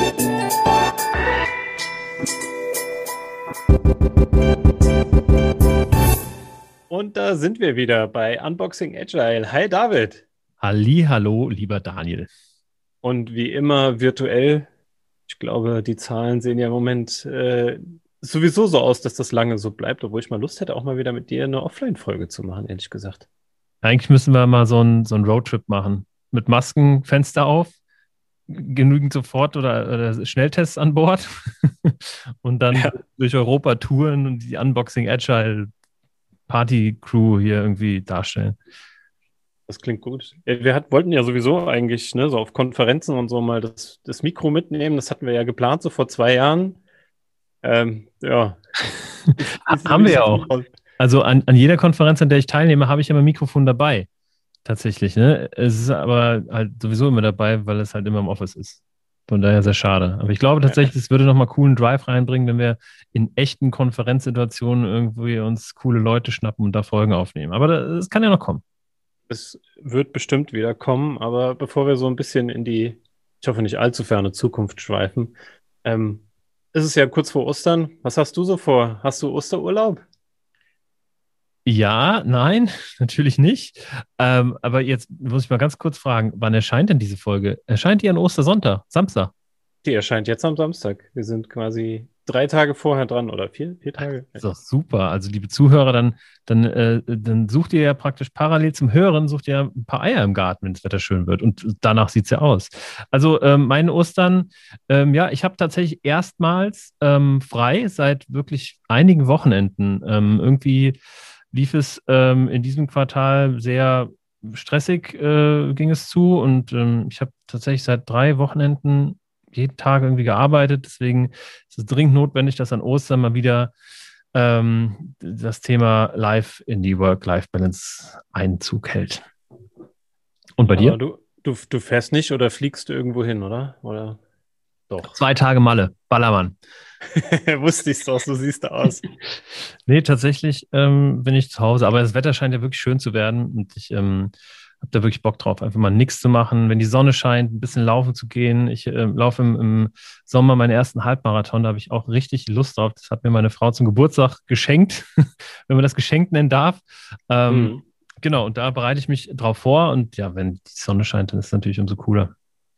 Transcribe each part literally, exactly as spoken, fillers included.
Und da sind wir wieder bei Unboxing Agile. Hi David. Halli, hallo, lieber Daniel. Und wie immer virtuell. Ich glaube, die Zahlen sehen ja im Moment äh, sowieso so aus, dass das lange so bleibt, obwohl ich mal Lust hätte, auch mal wieder mit dir eine Offline-Folge zu machen, ehrlich gesagt. Eigentlich müssen wir mal so einen so einen Roadtrip machen. Mit Masken, Fenster auf, genügend sofort oder, oder Schnelltests an Bord und dann Ja, durch Europa touren und die Unboxing Agile Party Crew hier irgendwie darstellen. das klingt gut. Äh, Wir hat, wollten ja sowieso eigentlich, ne, so auf Konferenzen und so mal das, das Mikro mitnehmen. Das hatten wir ja geplant, so vor zwei Jahren. Ähm, ja, ist, Ha- ist noch Haben wir nicht ja so auch. viel raus. Also an, an jeder Konferenz, an der ich teilnehme, habe ich immer ein Mikrofon dabei. Tatsächlich, ne? Es ist aber halt sowieso immer dabei, weil es halt immer im Office ist. Von daher sehr schade. Aber ich glaube Ja, tatsächlich, es würde nochmal coolen Drive reinbringen, wenn wir in echten Konferenzsituationen irgendwie uns coole Leute schnappen und da Folgen aufnehmen. Aber das kann ja noch kommen. es wird bestimmt wieder kommen, aber bevor wir so ein bisschen in die, ich hoffe nicht allzu ferne Zukunft schweifen, ähm, ist es ja kurz vor Ostern. Was hast du so vor? Hast du Osterurlaub? Ja, nein, natürlich nicht. Ähm, aber jetzt muss ich mal ganz kurz fragen, wann erscheint denn diese Folge? Erscheint die an Ostersonntag, Samstag? Die erscheint jetzt am Samstag. Wir sind quasi drei Tage vorher dran oder vier, vier Tage. Das ist doch super. Also, liebe Zuhörer, dann, dann, äh, dann sucht ihr ja praktisch parallel zum Hören, sucht ihr ein paar Eier im Garten, wenn das Wetter schön wird. Und danach sieht es ja aus. Also, ähm, meine Ostern, ähm, ja, ich habe tatsächlich erstmals ähm, frei seit wirklich einigen Wochenenden. Ähm, irgendwie lief es ähm, in diesem Quartal sehr stressig, äh, ging es zu. Und ähm, ich habe tatsächlich seit drei Wochenenden jeden Tag irgendwie gearbeitet. Deswegen ist es dringend notwendig, dass an Ostern mal wieder ähm, das Thema Life in die Work-Life-Balance Einzug hält. Und bei dir? Aber du, du, du fährst nicht oder fliegst du irgendwo hin, oder? Oder doch? Zwei Tage Malle, Ballermann. Wusste ich doch, so siehst du aus. Nee, tatsächlich ähm, bin ich zu Hause, aber das Wetter scheint ja wirklich schön zu werden und ich ähm, habe da wirklich Bock drauf, einfach mal nichts zu machen, wenn die Sonne scheint, ein bisschen laufen zu gehen. Ich äh, laufe im, im Sommer meinen ersten Halbmarathon, da habe ich auch richtig Lust drauf. Das hat mir meine Frau zum Geburtstag geschenkt, wenn man das geschenkt nennen darf. Ähm, Hm. genau, und da bereite ich mich drauf vor und ja, wenn die Sonne scheint, dann ist es natürlich umso cooler.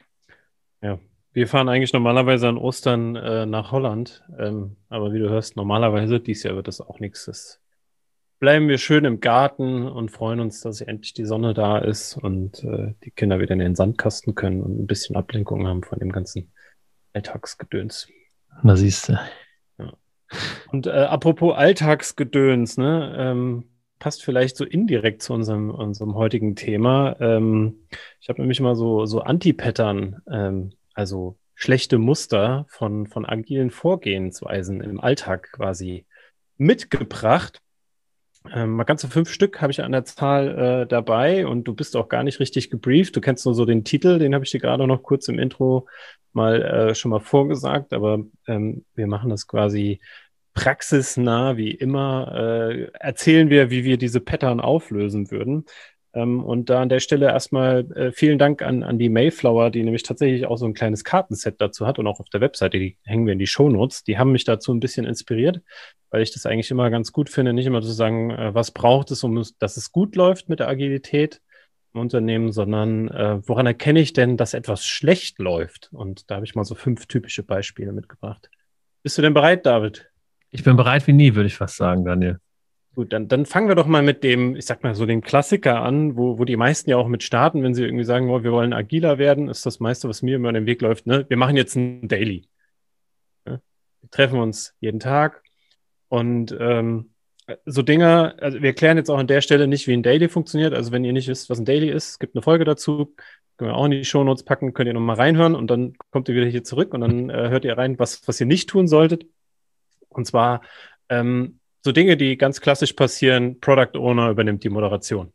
Ja. Wir fahren eigentlich normalerweise an Ostern äh, nach Holland. Ähm, aber wie du hörst, normalerweise, dieses Jahr wird das auch nichts. Das bleiben wir schön im Garten und freuen uns, dass endlich die Sonne da ist und äh, die Kinder wieder in den Sandkasten können und ein bisschen Ablenkung haben von dem ganzen Alltagsgedöns. Da siehst du. Ja. Und äh, apropos Alltagsgedöns, ne, ähm, passt vielleicht so indirekt zu unserem, unserem heutigen Thema. Ähm, ich habe nämlich mal so, so Anti-Pattern, ähm, also schlechte Muster von, von agilen Vorgehensweisen im Alltag quasi mitgebracht. Ähm, mal ganze fünf Stück habe ich an der Zahl äh, dabei und du bist auch gar nicht richtig gebrieft. Du kennst nur so den Titel, den habe ich dir gerade noch kurz im Intro mal äh, schon mal vorgesagt, aber ähm, wir machen das quasi praxisnah, wie immer. Äh, erzählen wir, wie wir diese Pattern auflösen würden. Ähm, und da an der Stelle erstmal äh, vielen Dank an, an die Mayflower, die nämlich tatsächlich auch so ein kleines Kartenset dazu hat und auch auf der Webseite, die hängen wir in die Shownotes. Die haben mich dazu ein bisschen inspiriert, weil ich das eigentlich immer ganz gut finde, nicht immer zu sagen, äh, was braucht es, um es, dass es gut läuft mit der Agilität im Unternehmen, sondern äh, woran erkenne ich denn, dass etwas schlecht läuft? Und da habe ich mal so fünf typische Beispiele mitgebracht. Bist du denn bereit, David? Ich bin bereit wie nie, würde ich fast sagen, Daniel. Gut, dann, dann fangen wir doch mal mit dem, ich sag mal so, dem Klassiker an, wo, wo die meisten ja auch mit starten, wenn sie irgendwie sagen, oh, wir wollen agiler werden, ist das meiste, was mir immer den Weg läuft, ne? Wir machen jetzt ein Daily. Ne? Wir treffen uns jeden Tag und ähm, so Dinge, also wir erklären jetzt auch an der Stelle nicht, wie ein Daily funktioniert. Also wenn ihr nicht wisst, was ein Daily ist, es gibt eine Folge dazu, können wir auch in die Shownotes packen, könnt ihr nochmal reinhören und dann kommt ihr wieder hier zurück und dann äh, hört ihr rein, was, was ihr nicht tun solltet. Und zwar ähm, so Dinge, die ganz klassisch passieren, Product Owner übernimmt die Moderation.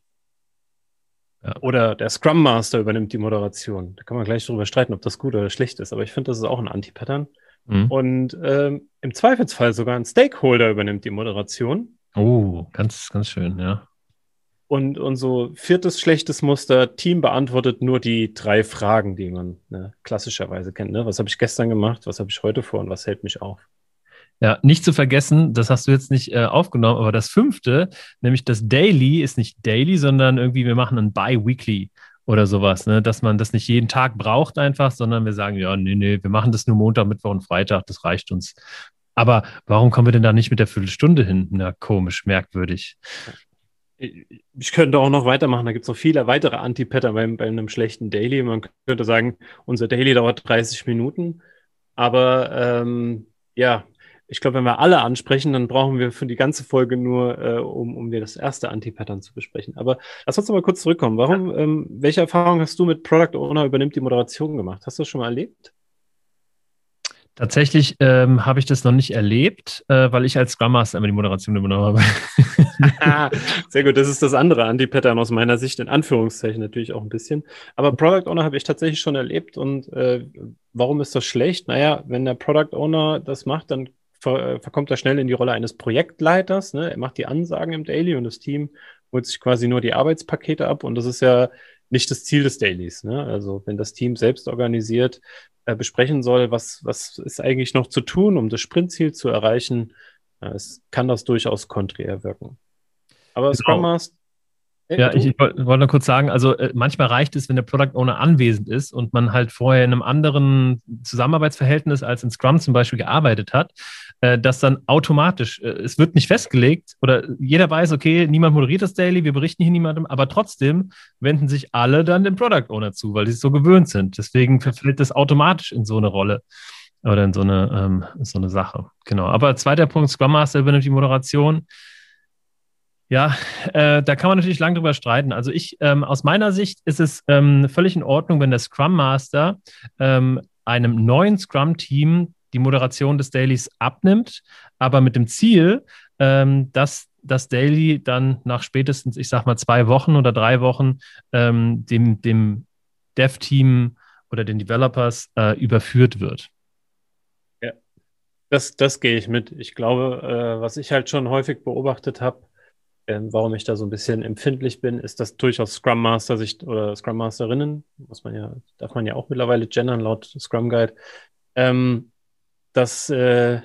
Ja. Oder der Scrum Master übernimmt die Moderation. Da kann man gleich drüber streiten, ob das gut oder schlecht ist. Aber ich finde, das ist auch ein Anti-Pattern. Mhm. Und ähm, im Zweifelsfall sogar ein Stakeholder übernimmt die Moderation. Oh, ganz, ganz schön, ja. Und, und so viertes schlechtes Muster, Team beantwortet nur die drei Fragen, die man ne, klassischerweise kennt. Ne? Was habe ich gestern gemacht, was habe ich heute vor und was hält mich auf? Ja, nicht zu vergessen, das hast du jetzt nicht äh, aufgenommen, aber das fünfte, nämlich das Daily, ist nicht Daily, sondern irgendwie, wir machen ein Bi-Weekly oder sowas, ne? Dass man das nicht jeden Tag braucht einfach, sondern wir sagen, ja, nee, nee, wir machen das nur Montag, Mittwoch und Freitag, das reicht uns. Aber warum kommen wir denn da nicht mit der Viertelstunde hin? Na, komisch, merkwürdig. Ich könnte auch noch weitermachen, da gibt es noch viele weitere Anti-Pattern bei, bei einem schlechten Daily. Man könnte sagen, unser Daily dauert dreißig Minuten, aber ähm, ja, ich glaube, wenn wir alle ansprechen, dann brauchen wir für die ganze Folge nur, äh, um, um dir das erste Anti-Pattern zu besprechen. Aber lass uns noch mal kurz zurückkommen. Warum, ähm, welche Erfahrung hast du mit Product Owner übernimmt die Moderation gemacht? Hast du das schon mal erlebt? Tatsächlich ähm, habe ich das noch nicht erlebt, äh, weil ich als Scrum Master immer die Moderation übernommen habe. Sehr gut, das ist das andere Anti-Pattern aus meiner Sicht, in Anführungszeichen natürlich auch ein bisschen. Aber Product Owner habe ich tatsächlich schon erlebt und äh, warum ist das schlecht? Naja, wenn der Product Owner das macht, dann ver verkommt er schnell in die Rolle eines Projektleiters. Ne? Er macht die Ansagen im Daily und das Team holt sich quasi nur die Arbeitspakete ab und das ist ja nicht das Ziel des Dailies. Ne? Also wenn das Team selbst organisiert äh, besprechen soll, was, was ist eigentlich noch zu tun, um das Sprintziel zu erreichen, äh, es kann das durchaus konträr wirken. Aber Scrum Genau. Master, äh, Ja, ich, du? ich wollte wollt nur kurz sagen, also äh, manchmal reicht es, wenn der Product Owner anwesend ist und man halt vorher in einem anderen Zusammenarbeitsverhältnis als in Scrum zum Beispiel gearbeitet hat, äh, dass dann automatisch, äh, es wird nicht festgelegt oder jeder weiß, okay, niemand moderiert das Daily, wir berichten hier niemandem, aber trotzdem wenden sich alle dann dem Product Owner zu, weil sie es so gewöhnt sind. Deswegen verfällt das automatisch in so eine Rolle oder in so eine, ähm, so eine Sache. Genau. Aber zweiter Punkt, Scrum Master übernimmt die Moderation. Ja, äh, da kann man natürlich lange drüber streiten. Also ich, ähm, aus meiner Sicht ist es ähm, völlig in Ordnung, wenn der Scrum Master ähm, einem neuen Scrum-Team die Moderation des Dailies abnimmt, aber mit dem Ziel, ähm, dass das Daily dann nach spätestens, ich sag mal, zwei Wochen oder drei Wochen ähm, dem, dem Dev-Team oder den Developers äh, überführt wird. Ja, das, das gehe ich mit. Ich glaube, äh, was ich halt schon häufig beobachtet habe, ähm, warum ich da so ein bisschen empfindlich bin, ist, dass durchaus Scrum Master sich oder Scrum Masterinnen, muss man ja, darf man ja auch mittlerweile gendern laut Scrum Guide, ähm, dass, äh,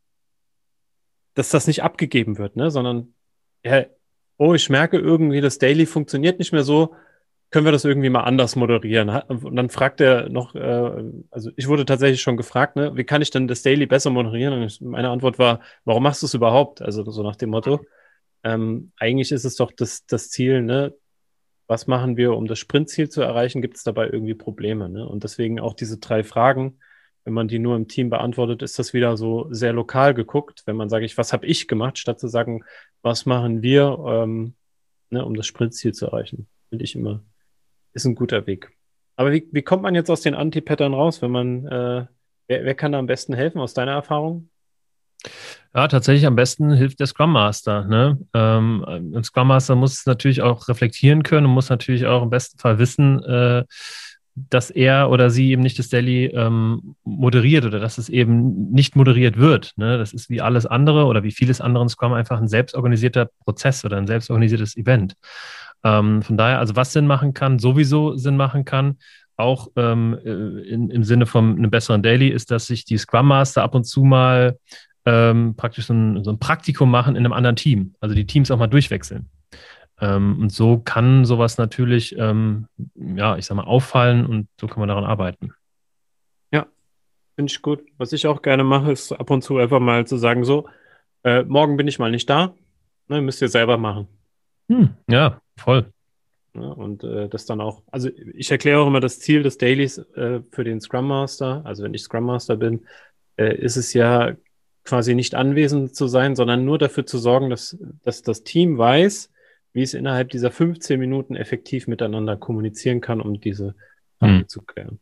dass das nicht abgegeben wird, ne? Sondern, ja, oh, ich merke irgendwie, das Daily funktioniert nicht mehr so, können wir das irgendwie mal anders moderieren? Und dann fragt er noch, äh, also ich wurde tatsächlich schon gefragt, ne, wie kann ich denn das Daily besser moderieren? Und ich, meine Antwort war, warum machst du es überhaupt? Also so nach dem Motto. Ähm, eigentlich ist es doch das, das Ziel, ne? Was machen wir, um das Sprintziel zu erreichen? Gibt es dabei irgendwie Probleme? Ne? Und deswegen auch diese drei Fragen, wenn man die nur im Team beantwortet, ist das wieder so sehr lokal geguckt. Wenn man sage ich, was habe ich gemacht, statt zu sagen, was machen wir, ähm, ne, um das Sprintziel zu erreichen, finde ich immer, ist ein guter Weg. Aber wie, wie kommt man jetzt aus den Anti-Pattern raus, wenn man, äh, wer, wer kann da am besten helfen aus deiner Erfahrung? Ja, tatsächlich am besten hilft der Scrum Master. Ne? Ähm, ein Scrum Master muss natürlich auch reflektieren können und muss natürlich auch im besten Fall wissen, äh, dass er oder sie eben nicht das Daily ähm, moderiert oder dass es eben nicht moderiert wird. Ne? Das ist wie alles andere oder wie vieles andere in Scrum einfach ein selbstorganisierter Prozess oder ein selbstorganisiertes Event. Ähm, von daher, also was Sinn machen kann, sowieso Sinn machen kann, auch ähm, in, im Sinne von einem besseren Daily, ist, dass sich die Scrum Master ab und zu mal ähm, praktisch so ein, so ein Praktikum machen in einem anderen Team. Also die Teams auch mal durchwechseln. Ähm, und so kann sowas natürlich, ähm, ja, ich sag mal, auffallen und so kann man daran arbeiten. Ja, finde ich gut. Was ich auch gerne mache, ist ab und zu einfach mal zu sagen, so, äh, morgen bin ich mal nicht da, ne, müsst ihr selber machen. Hm, ja, voll. Ja, und äh, das dann auch, also ich erkläre auch immer das Ziel des Dailies äh, für den Scrum Master, also wenn ich Scrum Master bin, äh, ist es ja quasi nicht anwesend zu sein, sondern nur dafür zu sorgen, dass, dass das Team weiß, wie es innerhalb dieser fünfzehn Minuten effektiv miteinander kommunizieren kann, um diese Hm. Fragen zu klären.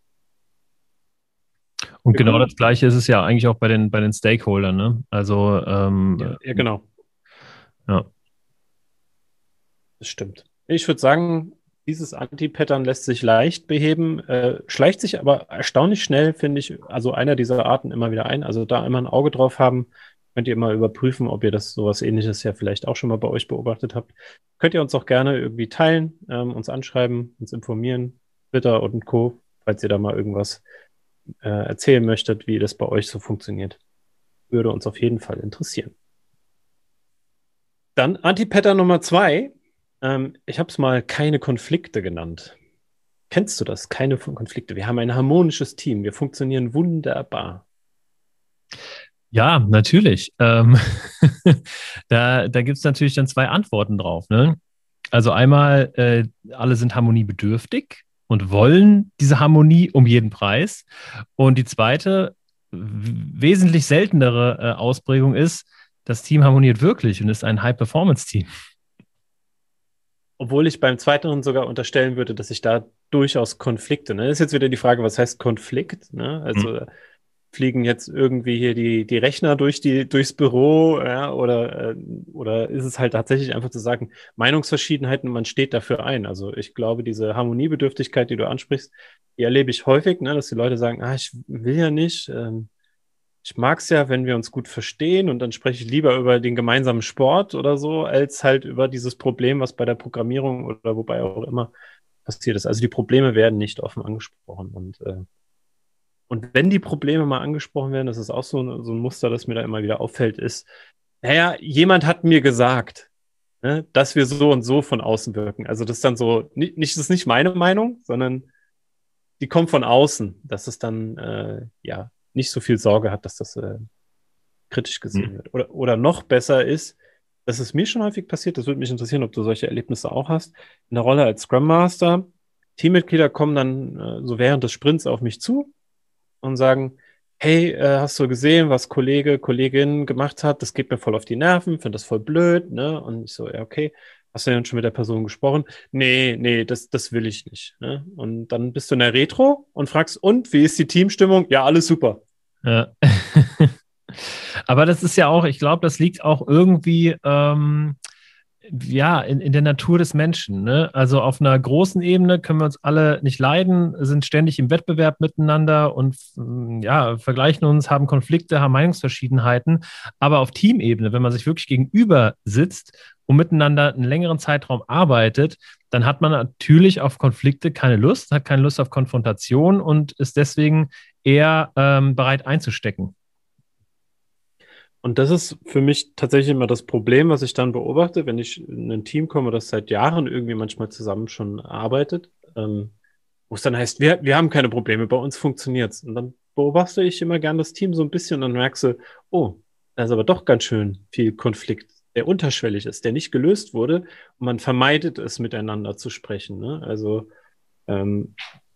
Und Ja, genau cool. das Gleiche ist es ja eigentlich auch bei den, bei den Stakeholdern, ne? Also, Ja, ähm, ja, genau, ja. das stimmt. Ich würde sagen, dieses Anti-Pattern lässt sich leicht beheben, äh, schleicht sich aber erstaunlich schnell, finde ich, also einer dieser Arten immer wieder ein. Also da immer ein Auge drauf haben, Könnt ihr mal überprüfen, ob ihr das sowas Ähnliches ja vielleicht auch schon mal bei euch beobachtet habt. Könnt ihr uns auch gerne irgendwie teilen, ähm, uns anschreiben, uns informieren, Twitter und Co., falls ihr da mal irgendwas äh, erzählen möchtet, wie das bei euch so funktioniert. Würde uns auf jeden Fall interessieren. Dann Antipattern Nummer zwei. Ähm, ich habe es mal keine Konflikte genannt. Kennst du das? Keine Konflikte. Wir haben ein harmonisches Team. Wir funktionieren wunderbar. Ja, natürlich. Ähm, da da gibt es natürlich dann zwei Antworten drauf. Ne? Also einmal, äh, alle sind harmoniebedürftig und wollen diese Harmonie um jeden Preis. Und die zweite, wesentlich seltenere äh, Ausprägung ist, das Team harmoniert wirklich und ist ein High-Performance-Team. Obwohl ich beim zweiten sogar unterstellen würde, dass ich da durchaus Konflikte, ne? Das ist jetzt wieder die Frage, was heißt Konflikt? Ne? Also Mhm. fliegen jetzt irgendwie hier die, die Rechner durch die, durchs Büro, ja, oder, äh, oder ist es halt tatsächlich einfach zu sagen, Meinungsverschiedenheiten, man steht dafür ein. Also ich glaube, diese Harmoniebedürftigkeit, die du ansprichst, die erlebe ich häufig, ne, dass die Leute sagen, ah, ich will ja nicht, ähm, ich mag es ja, wenn wir uns gut verstehen und dann spreche ich lieber über den gemeinsamen Sport oder so, als halt über dieses Problem, was bei der Programmierung oder wobei auch immer passiert ist. Also die Probleme werden nicht offen angesprochen und äh, und wenn die Probleme mal angesprochen werden, das ist auch so ein, so ein Muster, das mir da immer wieder auffällt, ist, naja, jemand hat mir gesagt, ne, dass wir so und so von außen wirken. Also das ist dann so, nicht, nicht, das ist nicht meine Meinung, sondern die kommt von außen, dass es dann äh, ja nicht so viel Sorge hat, dass das äh, kritisch gesehen wird. Oder, oder noch besser ist, das ist mir schon häufig passiert, das würde mich interessieren, ob du solche Erlebnisse auch hast, in der Rolle als Scrum Master, Teammitglieder kommen dann äh, so während des Sprints auf mich zu und sagen, hey, äh, hast du gesehen, was Kollege, Kollegin gemacht hat? Das geht mir voll auf die Nerven, finde das voll blöd, ne? Und ich so, ja, okay, hast du denn schon mit der Person gesprochen? Nee, nee, das, das will ich nicht, ne? Und dann bist du in der Retro und fragst, und, wie ist die Teamstimmung? Ja, alles super. Ja. Aber das ist ja auch, ich glaube, das liegt auch irgendwie ähm, ja, in, in der Natur des Menschen. Ne? Also auf einer großen Ebene können wir uns alle nicht leiden, sind ständig im Wettbewerb miteinander und ja, vergleichen uns, haben Konflikte, haben Meinungsverschiedenheiten. Aber auf Teamebene, wenn man sich wirklich gegenüber sitzt und miteinander einen längeren Zeitraum arbeitet, dann hat man natürlich auf Konflikte keine Lust, hat keine Lust auf Konfrontation und ist deswegen eher ähm, bereit einzustecken. Und das ist für mich tatsächlich immer das Problem, was ich dann beobachte, wenn ich in ein Team komme, das seit Jahren irgendwie manchmal zusammen schon arbeitet, ähm, wo es dann heißt, wir, wir haben keine Probleme, bei uns funktioniert's. Und dann beobachte ich immer gern das Team so ein bisschen und dann merkst du, oh, da ist aber doch ganz schön viel Konflikt, der unterschwellig ist, der nicht gelöst wurde und man vermeidet es, miteinander zu sprechen. Ne? Also ähm,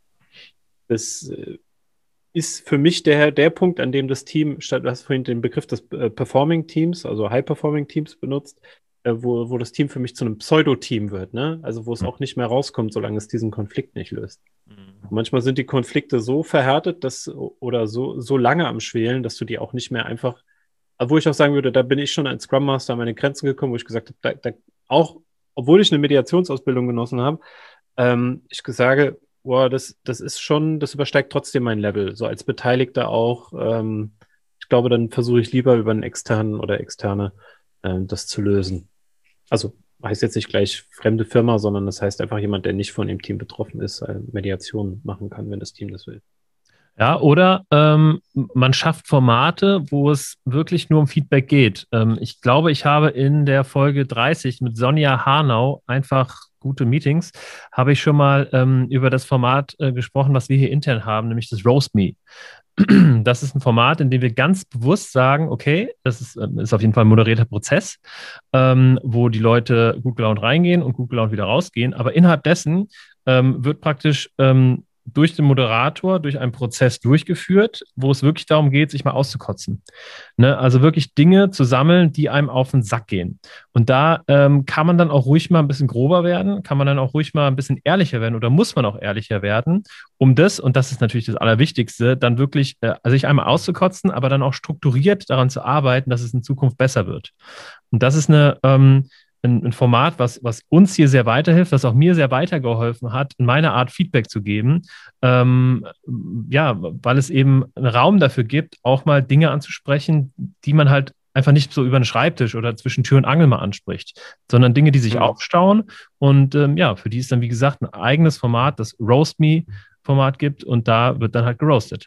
das äh, ist für mich der, der Punkt, an dem das Team, statt du hast vorhin den Begriff des äh, Performing Teams, also High-Performing Teams benutzt, äh, wo, wo das Team für mich zu einem Pseudo-Team wird, ne? Also wo es auch nicht mehr rauskommt, solange es diesen Konflikt nicht löst. Und manchmal sind die Konflikte so verhärtet, dass oder so, so lange am Schwelen, dass du die auch nicht mehr einfach, wo ich auch sagen würde, da bin ich schon als Scrum Master an meine Grenzen gekommen, wo ich gesagt habe, da, da auch, obwohl ich eine Mediationsausbildung genossen habe, ähm, ich sage, boah, das, das ist schon, das übersteigt trotzdem mein Level, so als Beteiligter auch. Ähm, ich glaube, dann versuche ich lieber über einen externen oder externe ähm, das zu lösen. Also heißt jetzt nicht gleich fremde Firma, sondern das heißt einfach jemand, der nicht von dem Team betroffen ist, äh, Mediation machen kann, wenn das Team das will. Ja, oder ähm, man schafft Formate, wo es wirklich nur um Feedback geht. Ähm, ich glaube, ich habe in der Folge dreißig mit Sonja Harnau, einfach gute Meetings, habe ich schon mal ähm, über das Format äh, gesprochen, was wir hier intern haben, nämlich das Roast Me. Das ist ein Format, in dem wir ganz bewusst sagen, okay, das ist, ähm, ist auf jeden Fall ein moderierter Prozess, ähm, wo die Leute gut gelaunt reingehen und gut gelaunt wieder rausgehen. Aber innerhalb dessen ähm, wird praktisch ähm, durch den Moderator, durch einen Prozess durchgeführt, wo es wirklich darum geht, sich mal auszukotzen. Ne? Also wirklich Dinge zu sammeln, die einem auf den Sack gehen. Und da ähm, kann man dann auch ruhig mal ein bisschen grober werden, kann man dann auch ruhig mal ein bisschen ehrlicher werden oder muss man auch ehrlicher werden, um das, und das ist natürlich das Allerwichtigste, dann wirklich äh, sich einmal auszukotzen, aber dann auch strukturiert daran zu arbeiten, dass es in Zukunft besser wird. Und das ist eine ähm, ein, ein Format, was, was uns hier sehr weiterhilft, was auch mir sehr weitergeholfen hat, in meiner Art Feedback zu geben. Ähm, ja, weil es eben einen Raum dafür gibt, auch mal Dinge anzusprechen, die man halt einfach nicht so über den Schreibtisch oder zwischen Tür und Angel mal anspricht, sondern Dinge, die sich Mhm. aufstauen. Und ähm, ja, für die ist dann, wie gesagt, ein eigenes Format, das Roast Me-Format gibt und da wird dann halt geroastet.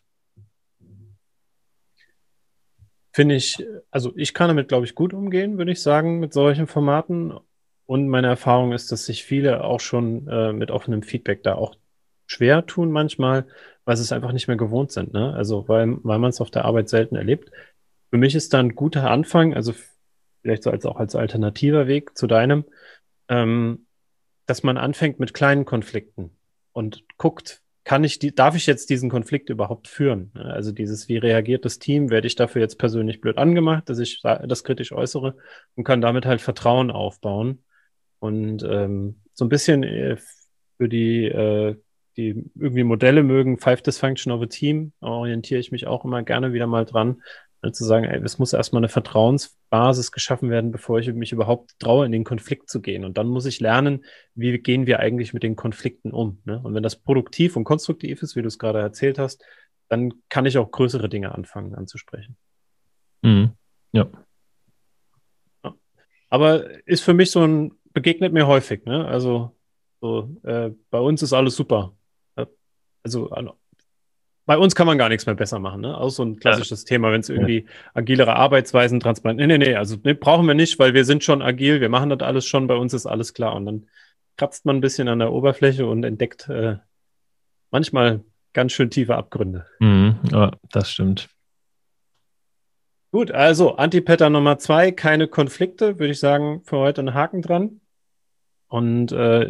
Finde ich, also ich kann damit, glaube ich, gut umgehen, würde ich sagen, mit solchen Formaten. Und meine Erfahrung ist, dass sich viele auch schon äh, mit offenem Feedback da auch schwer tun manchmal, weil sie es einfach nicht mehr gewohnt sind, ne? Also weil, weil man es auf der Arbeit selten erlebt. Für mich ist da ein guter Anfang, also vielleicht so als auch als alternativer Weg zu deinem, ähm, dass man anfängt mit kleinen Konflikten und guckt, kann ich die, darf ich jetzt diesen Konflikt überhaupt führen? Also dieses, wie reagiert das Team? Werde ich dafür jetzt persönlich blöd angemacht, dass ich das kritisch äußere und kann damit halt Vertrauen aufbauen und ähm, so ein bisschen äh, für die, äh, die irgendwie Modelle mögen, Five Dysfunction of a Team, orientiere ich mich auch immer gerne wieder mal dran, äh, zu sagen, ey, es muss erstmal eine Vertrauensbasis geschaffen werden, bevor ich mich überhaupt traue, in den Konflikt zu gehen. Und dann muss ich lernen, wie gehen wir eigentlich mit den Konflikten um. Ne? Und wenn das produktiv und konstruktiv ist, wie du es gerade erzählt hast, dann kann ich auch größere Dinge anfangen anzusprechen. Mhm. Ja. Ja. Aber ist für mich so ein, begegnet mir häufig, ne? Also so, äh, bei uns ist alles super. Ja, also an- bei uns kann man gar nichts mehr besser machen, ne? Auch so ein Ja. klassisches Thema, wenn es irgendwie agilere Arbeitsweisen, transparent. Nee, nee, nee, also nee, brauchen wir nicht, weil wir sind schon agil, wir machen das alles schon, bei uns ist alles klar. Und dann kratzt man ein bisschen an der Oberfläche und entdeckt äh, manchmal ganz schön tiefe Abgründe. Mhm. Ja, das stimmt. Gut, also Anti-Pattern Nummer zwei, keine Konflikte, würde ich sagen, für heute einen Haken dran. Und äh,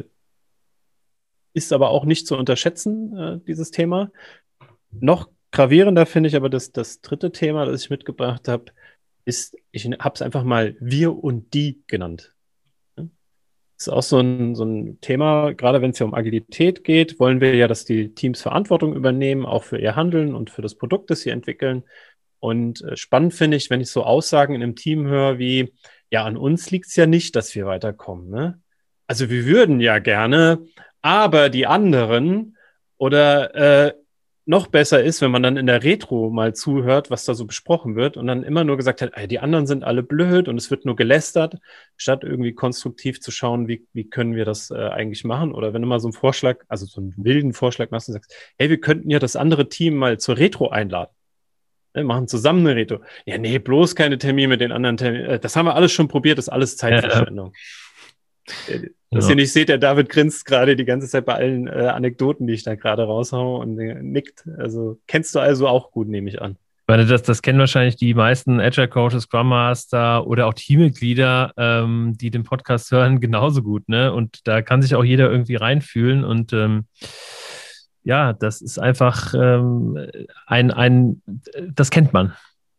ist aber auch nicht zu unterschätzen, äh, dieses Thema. Noch gravierender finde ich aber das, das dritte Thema, das ich mitgebracht habe, ist, ich habe es einfach mal wir und die genannt. Das ist auch so ein, so ein Thema, gerade wenn es ja um Agilität geht, wollen wir ja, dass die Teams Verantwortung übernehmen, auch für ihr Handeln und für das Produkt, das sie entwickeln. Und äh, spannend finde ich, wenn ich so Aussagen in einem Team höre wie, ja, an uns liegt es ja nicht, dass wir weiterkommen, ne? Also wir würden ja gerne, aber die anderen oder äh, noch besser ist, wenn man dann in der Retro mal zuhört, was da so besprochen wird und dann immer nur gesagt hat, ey, die anderen sind alle blöd und es wird nur gelästert, statt irgendwie konstruktiv zu schauen, wie, wie können wir das äh, eigentlich machen. Oder wenn du mal so einen Vorschlag, also so einen wilden Vorschlag machst und sagst, hey, wir könnten ja das andere Team mal zur Retro einladen. Wir machen zusammen eine Retro. Ja, nee, bloß keine Termine mit den anderen Terminen. Das haben wir alles schon probiert, das ist alles Zeitverschwendung. Ja. Dass Ja. ihr nicht seht, der David grinst gerade die ganze Zeit bei allen äh, Anekdoten, die ich da gerade raushaue und äh, nickt. Also kennst du also auch gut, nehme ich an. Ich meine, das, das kennen wahrscheinlich die meisten Agile Coaches, Scrum Master oder auch Teammitglieder, ähm, die den Podcast hören, genauso gut, ne? Und da kann sich auch jeder irgendwie reinfühlen. Und ähm, ja, das ist einfach ähm, ein, ein, das kennt man.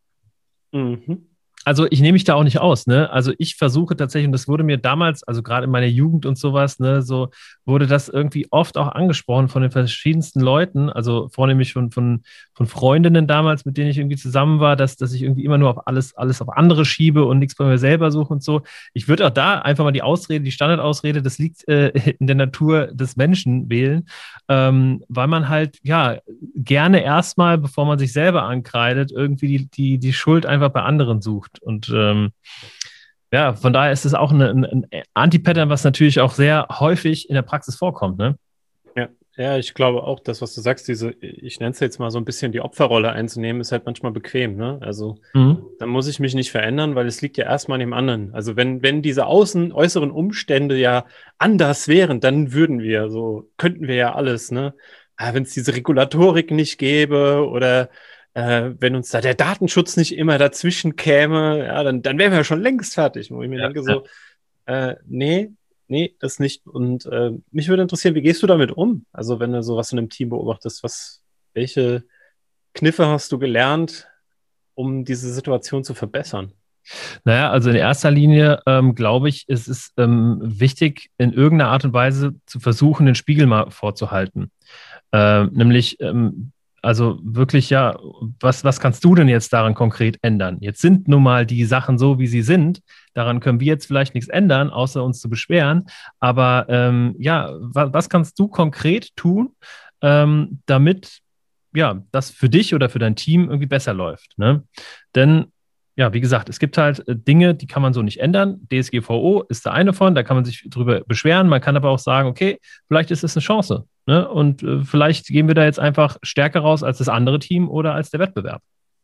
Mhm. Also ich nehme mich da auch nicht aus, ne? Also ich versuche tatsächlich, und das wurde mir damals, also gerade in meiner Jugend und sowas, ne, so wurde das irgendwie oft auch angesprochen von den verschiedensten Leuten, also vornehmlich von, von, von Freundinnen damals, mit denen ich irgendwie zusammen war, dass, dass ich irgendwie immer nur auf alles, alles auf andere schiebe und nichts bei mir selber suche und so. Ich würde auch da einfach mal die Ausrede, die Standardausrede, das liegt äh, in der Natur des Menschen wählen, ähm, weil man halt, ja, gerne erstmal, bevor man sich selber ankreidet, irgendwie die, die, die Schuld einfach bei anderen sucht. Und ähm, ja, von daher ist es auch eine, ein, ein Anti-Pattern, was natürlich auch sehr häufig in der Praxis vorkommt, ne? Ja. Ja, ich glaube auch, das, was du sagst, diese, ich nenne es jetzt mal so ein bisschen die Opferrolle einzunehmen, ist halt manchmal bequem, ne? Also Mhm. dann muss ich mich nicht verändern, weil es liegt ja erstmal an dem anderen. Also wenn, wenn diese außen, äußeren Umstände ja anders wären, dann würden wir so, könnten wir ja alles, ne? Aber wenn es diese Regulatorik nicht gäbe oder äh, wenn uns da der Datenschutz nicht immer dazwischen käme, ja, dann, dann wären wir ja schon längst fertig, wo ich mir Ja, denke ja. so, äh, nee, nee, das nicht. Und äh, mich würde interessieren, wie gehst du damit um? Also wenn du sowas in einem Team beobachtest, was, welche Kniffe hast du gelernt, um diese Situation zu verbessern? Naja, also in erster Linie ähm, glaube ich, es ist ähm, wichtig, in irgendeiner Art und Weise zu versuchen, den Spiegel mal vorzuhalten. Ähm, nämlich, ähm, also wirklich, ja, was, was kannst du denn jetzt daran konkret ändern? Jetzt sind nun mal die Sachen so, wie sie sind. Daran können wir jetzt vielleicht nichts ändern, außer uns zu beschweren. Aber ähm, ja, wa was kannst du konkret tun, ähm, damit ja, das für dich oder für dein Team irgendwie besser läuft? Ne? Denn ja, wie gesagt, es gibt halt äh, Dinge, die kann man so nicht ändern. D S G V O ist da eine von, da kann man sich drüber beschweren. Man kann aber auch sagen, okay, vielleicht ist es eine Chance. Ne? Und äh, vielleicht gehen wir da jetzt einfach stärker raus als das andere Team oder als der Wettbewerb.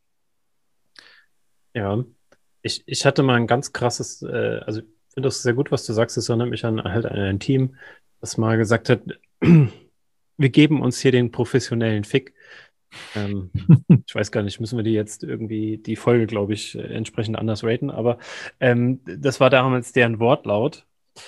Ja, ich, ich hatte mal ein ganz krasses, äh, also ich finde das sehr gut, was du sagst. Es erinnert mich an halt an ein Team, das mal gesagt hat, wir geben uns hier den professionellen Fick. Ähm, ich weiß gar nicht, müssen wir die jetzt irgendwie, die Folge, glaube ich, äh, entsprechend anders raten, aber ähm, das war damals deren Wortlaut,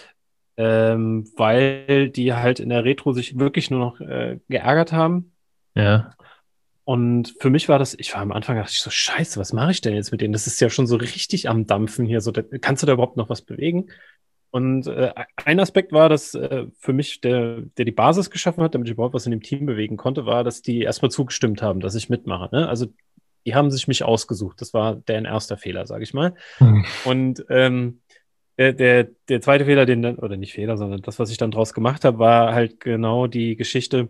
ähm, weil die halt in der Retro sich wirklich nur noch äh, geärgert haben. Ja. Und für mich war das, ich war am Anfang, dachte ich so, scheiße, was mache ich denn jetzt mit denen? Das ist ja schon so richtig am Dampfen hier. So, da, kannst du da überhaupt noch was bewegen? Und äh, ein Aspekt war, dass äh, für mich, der, der die Basis geschaffen hat, damit ich überhaupt was in dem Team bewegen konnte, war, dass die erstmal zugestimmt haben, dass ich mitmache. Ne? Also die haben sich mich ausgesucht. Das war deren erster Fehler, sage ich mal. Hm. Und ähm, der, der, der zweite Fehler, den dann, oder nicht Fehler, sondern das, was ich dann draus gemacht habe, war halt genau die Geschichte.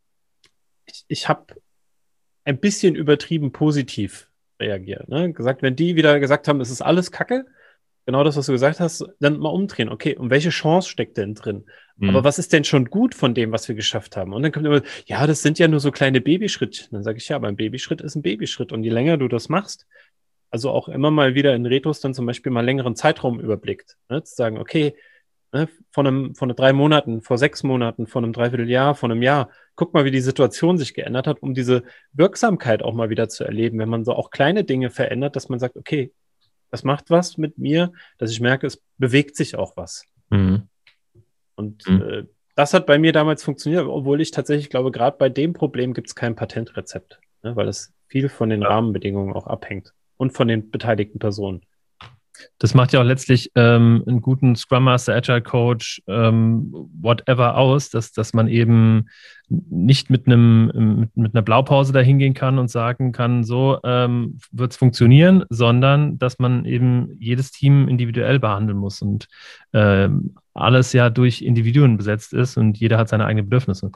Ich, ich habe ein bisschen übertrieben positiv reagiert. Ne? Gesagt, wenn die wieder gesagt haben, es ist alles Kacke, genau das, was du gesagt hast, dann mal umdrehen. Okay, und welche Chance steckt denn drin? Aber Mhm. was ist denn schon gut von dem, was wir geschafft haben? Und dann kommt immer, ja, das sind ja nur so kleine Babyschritte. Dann sage ich, ja, aber ein Babyschritt ist ein Babyschritt. Und je länger du das machst, also auch immer mal wieder in Retros dann zum Beispiel mal längeren Zeitraum überblickt. Ne? Zu sagen, okay, ne, von einem, von drei Monaten, vor sechs Monaten, von einem Dreivierteljahr, von einem Jahr. Guck mal, wie die Situation sich geändert hat, um diese Wirksamkeit auch mal wieder zu erleben. Wenn man so auch kleine Dinge verändert, dass man sagt, okay, das macht was mit mir, dass ich merke, es bewegt sich auch was. Mhm. Und Mhm. äh, das hat bei mir damals funktioniert, obwohl ich tatsächlich glaube, gerade bei dem Problem gibt es kein Patentrezept, ne, weil es viel von den Rahmenbedingungen auch abhängt und von den beteiligten Personen. Das macht ja auch letztlich ähm, einen guten Scrum Master, Agile Coach, ähm, whatever aus, dass, dass man eben nicht mit einem mit, mit einer Blaupause dahin gehen kann und sagen kann, so ähm, wird es funktionieren, sondern dass man eben jedes Team individuell behandeln muss und ähm, alles ja durch Individuen besetzt ist und jeder hat seine eigenen Bedürfnisse.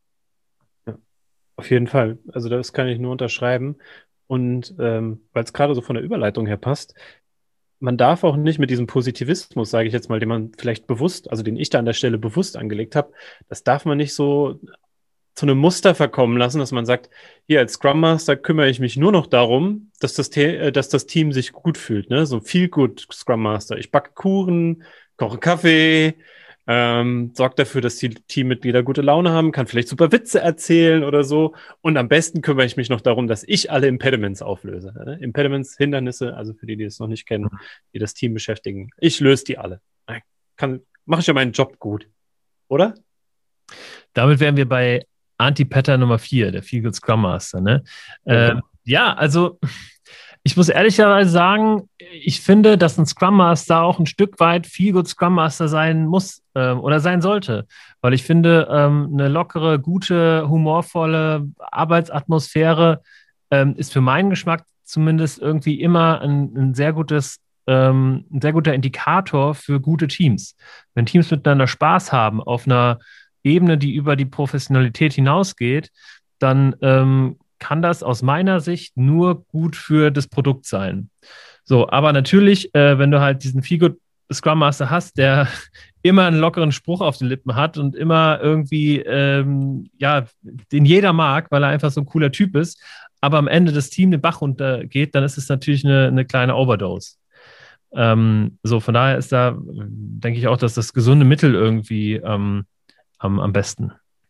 Ja, auf jeden Fall. Also das kann ich nur unterschreiben. Und ähm, weil es gerade so von der Überleitung her passt, man darf auch nicht mit diesem Positivismus, sage ich jetzt mal, den man vielleicht bewusst, also den ich da an der Stelle bewusst angelegt habe, das darf man nicht so zu einem Muster verkommen lassen, dass man sagt, hier als Scrum Master kümmere ich mich nur noch darum, dass das, The äh, dass das Team sich gut fühlt, ne? So viel gut Scrum Master. Ich backe Kuchen, koche Kaffee, ähm, sorge dafür, dass die Teammitglieder gute Laune haben, kann vielleicht super Witze erzählen oder so. Und am besten kümmere ich mich noch darum, dass ich alle Impediments auflöse. Ne? Impediments, Hindernisse, also für die, die es noch nicht kennen, die das Team beschäftigen. Ich löse die alle. Kann, mache ich ja meinen Job gut, oder? Damit wären wir bei Anti-Pattern Nummer vier, der Feel Good Scrum Master. Ne? Ja. Ähm, ja, also ich muss ehrlicherweise sagen, ich finde, dass ein Scrum Master auch ein Stück weit Feel Good Scrum Master sein muss ähm, oder sein sollte. Weil ich finde, ähm, eine lockere, gute, humorvolle Arbeitsatmosphäre ähm, ist für meinen Geschmack zumindest irgendwie immer ein, ein sehr gutes ähm, ein sehr guter Indikator für gute Teams. Wenn Teams miteinander Spaß haben auf einer Ebene, die über die Professionalität hinausgeht, dann ähm, kann das aus meiner Sicht nur gut für das Produkt sein. So, aber natürlich, äh, wenn du halt diesen Feel-Good Scrum Master hast, der immer einen lockeren Spruch auf den Lippen hat und immer irgendwie, ähm, ja, den jeder mag, weil er einfach so ein cooler Typ ist, aber am Ende das Team den Bach runtergeht, dann ist es natürlich eine, eine kleine Overdose. Ähm, so, von daher ist da, denke ich auch, dass das gesunde Mittel irgendwie ähm, am, am besten.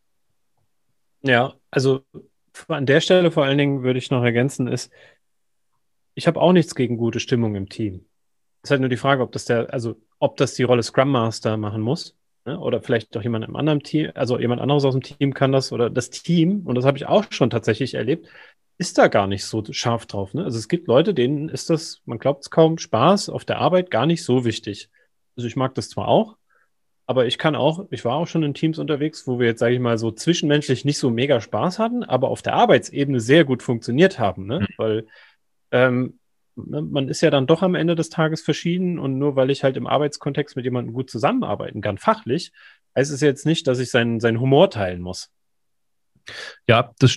Ja, also an der Stelle vor allen Dingen würde ich noch ergänzen, ist, ich habe auch nichts gegen gute Stimmung im Team. Es ist halt nur die Frage, ob das der, also ob das die Rolle Scrum Master machen muss, ne? Oder vielleicht auch jemand im anderen Team, also jemand anderes aus dem Team kann das oder das Team, und das habe ich auch schon tatsächlich erlebt, ist da gar nicht so scharf drauf. Ne? Also es gibt Leute, denen ist das, man glaubt es kaum, Spaß auf der Arbeit gar nicht so wichtig. Also ich mag das zwar auch, aber ich kann auch, ich war auch schon in Teams unterwegs, wo wir jetzt, sage ich mal, so zwischenmenschlich nicht so mega Spaß hatten, aber auf der Arbeitsebene sehr gut funktioniert haben, ne? Weil ähm, ne, man ist ja dann doch am Ende des Tages verschieden, und nur weil ich halt im Arbeitskontext mit jemandem gut zusammenarbeiten kann, fachlich, heißt es jetzt nicht, dass ich seinen, seinen Humor teilen muss. Ja, das stimmt.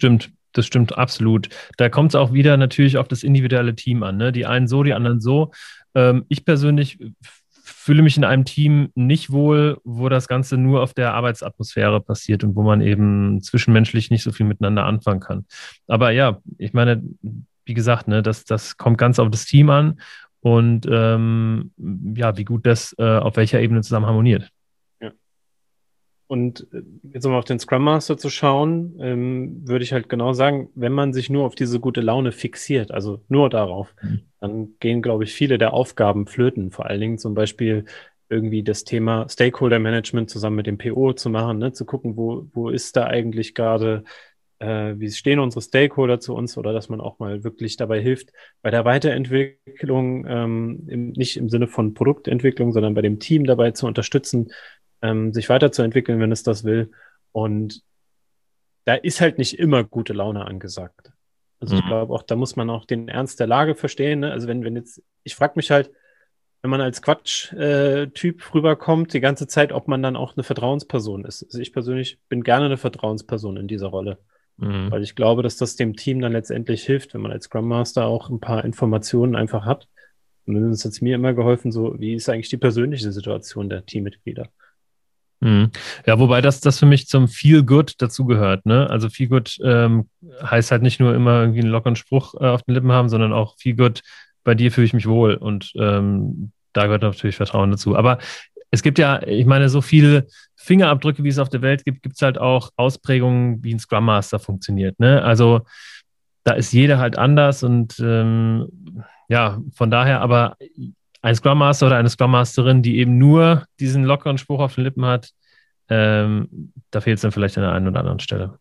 Das stimmt absolut. Da kommt es auch wieder natürlich auf das individuelle Team an, ne? Die einen so, die anderen so. Ähm, ich persönlich fühle mich in einem Team nicht wohl, wo das Ganze nur auf der Arbeitsatmosphäre passiert und wo man eben zwischenmenschlich nicht so viel miteinander anfangen kann. Aber ja, ich meine, wie gesagt, ne, das, das kommt ganz auf das Team an und ähm, ja, wie gut das äh, auf welcher Ebene zusammen harmoniert. Ja. Und äh, jetzt um auf den Scrum Master zu schauen, ähm, würde ich halt genau sagen, wenn man sich nur auf diese gute Laune fixiert, also nur darauf, dann gehen, glaube ich, viele der Aufgaben flöten. Vor allen Dingen zum Beispiel irgendwie das Thema Stakeholder Management zusammen mit dem P O zu machen, ne? Zu gucken, wo, wo ist da eigentlich gerade, äh, wie stehen unsere Stakeholder zu uns, oder dass man auch mal wirklich dabei hilft, bei der Weiterentwicklung, ähm, im, nicht im Sinne von Produktentwicklung, sondern bei dem Team dabei zu unterstützen, ähm, sich weiterzuentwickeln, wenn es das will. Und da ist halt nicht immer gute Laune angesagt. Also ich Mhm. glaube auch, da muss man auch den Ernst der Lage verstehen. Ne? Also wenn, wenn jetzt, ich frage mich halt, wenn man als Quatsch-Typ rüberkommt, die ganze Zeit, ob man dann auch eine Vertrauensperson ist. Also ich persönlich bin gerne eine Vertrauensperson in dieser Rolle, Mhm. weil ich glaube, dass das dem Team dann letztendlich hilft, wenn man als Scrum Master auch ein paar Informationen einfach hat. Zumindest hat es mir immer geholfen, so wie ist eigentlich die persönliche Situation der Teammitglieder. Mhm. Ja, wobei das, das für mich zum Feel Good dazugehört, ne? Also Feel Good ähm, heißt halt nicht nur immer irgendwie einen lockeren Spruch äh, auf den Lippen haben, sondern auch Feel Good, bei dir fühle ich mich wohl. Und ähm, da gehört natürlich Vertrauen dazu. Aber es gibt ja, ich meine, so viele Fingerabdrücke, wie es auf der Welt gibt, gibt es halt auch Ausprägungen, wie ein Scrum Master funktioniert, ne? Also da ist jeder halt anders und ähm, ja, von daher aber ein Scrum Master oder eine Scrum Masterin, die eben nur diesen lockeren Spruch auf den Lippen hat, ähm, da fehlt es dann vielleicht an der einen oder anderen Stelle.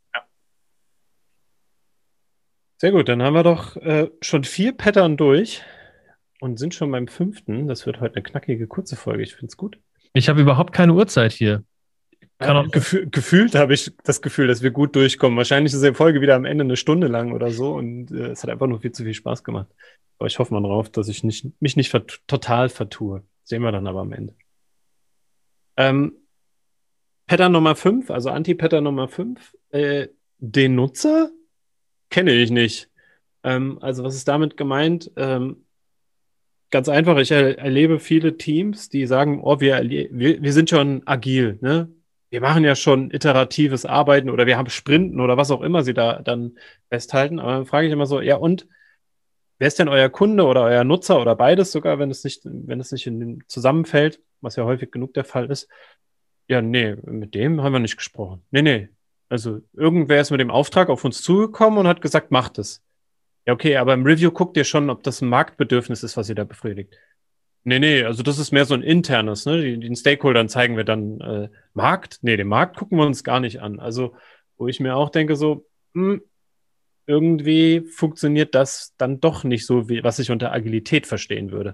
Sehr gut, dann haben wir doch äh, schon vier Pattern durch und sind schon beim fünften. Das wird heute eine knackige, kurze Folge. Ich finde es gut. Ich habe überhaupt keine Uhrzeit hier. Kann Äh, auch, gefü gefühlt habe ich das Gefühl, dass wir gut durchkommen. Wahrscheinlich ist die Folge wieder am Ende eine Stunde lang oder so, und äh, es hat einfach nur viel zu viel Spaß gemacht. Aber ich hoffe mal drauf, dass ich nicht, mich nicht vert total vertue. Sehen wir dann aber am Ende. Ähm, Pattern Nummer fünf, also Anti-Pattern Nummer fünf. Äh, den Nutzer kenne ich nicht. Ähm, also was ist damit gemeint? Ähm, Ganz einfach, ich er erlebe viele Teams, die sagen, oh, wir, erle- wir, wir sind schon agil, ne? Wir machen ja schon iteratives Arbeiten oder wir haben Sprinten oder was auch immer sie da dann festhalten. Aber dann frage ich immer so, ja, und wer ist denn euer Kunde oder euer Nutzer oder beides sogar, wenn es nicht, wenn es nicht in den zusammenfällt, was ja häufig genug der Fall ist? Ja, nee, mit dem haben wir nicht gesprochen. Nee, nee. Also irgendwer ist mit dem Auftrag auf uns zugekommen und hat gesagt, macht es. Ja, okay, aber im Review guckt ihr schon, ob das ein Marktbedürfnis ist, was ihr da befriedigt. Nee, nee, also das ist mehr so ein internes, ne? Die- Den Stakeholdern zeigen wir dann äh, Markt. Nee, den Markt gucken wir uns gar nicht an. Also, wo ich mir auch denke, so, hm, irgendwie funktioniert das dann doch nicht so, wie was ich unter Agilität verstehen würde.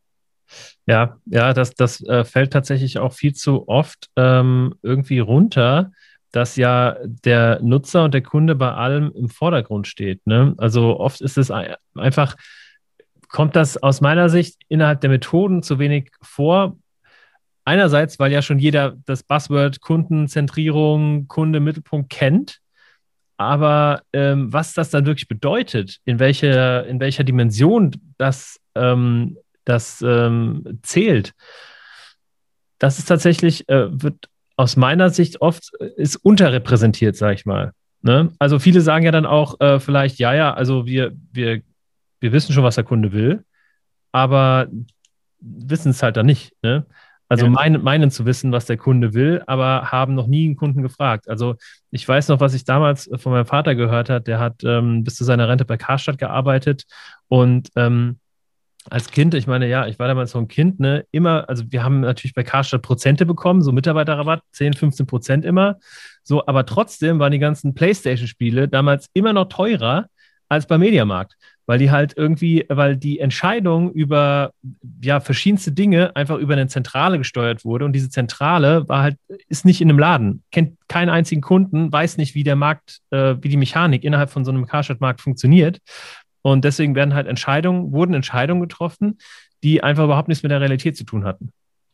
ja, ja, das, das äh, fällt tatsächlich auch viel zu oft ähm, irgendwie runter, dass ja der Nutzer und der Kunde bei allem im Vordergrund steht, ne? Also oft ist es ein- einfach, kommt das aus meiner Sicht innerhalb der Methoden zu wenig vor. Einerseits, weil ja schon jeder das Buzzword Kundenzentrierung, Kunde im Mittelpunkt kennt. Aber ähm, was das dann wirklich bedeutet, in welcher, in welcher Dimension das, ähm, das ähm, zählt, das ist tatsächlich, äh, wird aus meiner Sicht oft, äh, ist unterrepräsentiert, sage ich mal. Ne? Also viele sagen ja dann auch äh, vielleicht, ja, ja, also wir, wir, wir wissen schon, was der Kunde will, aber wissen es halt dann nicht. Ne? Also Ja. meinen, meinen zu wissen, was der Kunde will, aber haben noch nie einen Kunden gefragt. Also ich weiß noch, was ich damals von meinem Vater gehört hat. Der hat ähm, bis zu seiner Rente bei Karstadt gearbeitet und ähm, als Kind, ich meine, ja, ich war damals so ein Kind, ne, immer, also wir haben natürlich bei Karstadt Prozente bekommen, so Mitarbeiterrabatt, zehn, fünfzehn Prozent immer. So, aber trotzdem waren die ganzen PlayStation-Spiele damals immer noch teurer als beim Mediamarkt, weil die halt irgendwie, weil die Entscheidung über ja verschiedenste Dinge einfach über eine Zentrale gesteuert wurde und diese Zentrale war halt, ist nicht in einem Laden, kennt keinen einzigen Kunden, weiß nicht, wie der Markt, äh, wie die Mechanik innerhalb von so einem Karstadt-Markt funktioniert. Und deswegen werden halt Entscheidungen, wurden Entscheidungen getroffen, die einfach überhaupt nichts mit der Realität zu tun hatten.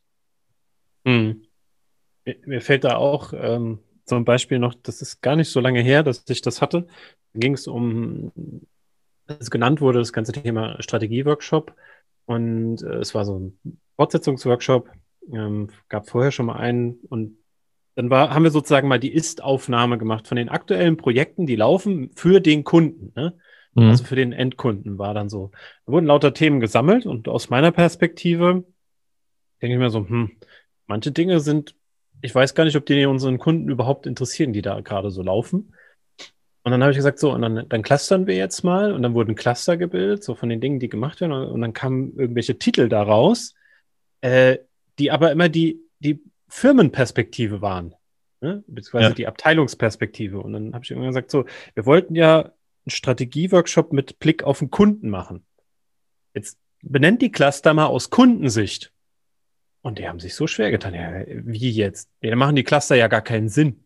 Hm. Mir mir fällt da auch ähm, so ein Beispiel noch, das ist gar nicht so lange her, dass ich das hatte. Da ging es um, es genannt wurde, das ganze Thema Strategieworkshop. Und äh, es war so ein Fortsetzungsworkshop. Ähm, gab vorher schon mal einen. Und dann war, haben wir sozusagen mal die Ist-Aufnahme gemacht von den aktuellen Projekten, die laufen für den Kunden, ne? Mhm. Also für den Endkunden war dann so. Da wurden lauter Themen gesammelt und aus meiner Perspektive denke ich mir so, hm, manche Dinge sind, ich weiß gar nicht, ob die unseren Kunden überhaupt interessieren, die da gerade so laufen. Und dann habe ich gesagt, so, und dann, dann clustern wir jetzt mal. Und dann wurden Cluster gebildet, so von den Dingen, die gemacht werden. Und, und dann kamen irgendwelche Titel daraus, äh, die aber immer die, die Firmenperspektive waren, ne? Beziehungsweise Ja. die Abteilungsperspektive. Und dann habe ich irgendwann gesagt, so, wir wollten ja einen Strategieworkshop mit Blick auf den Kunden machen. Jetzt benennt die Cluster mal aus Kundensicht. Und die haben sich so schwer getan. Ja, wie jetzt? Ja, dann machen die Cluster ja gar keinen Sinn.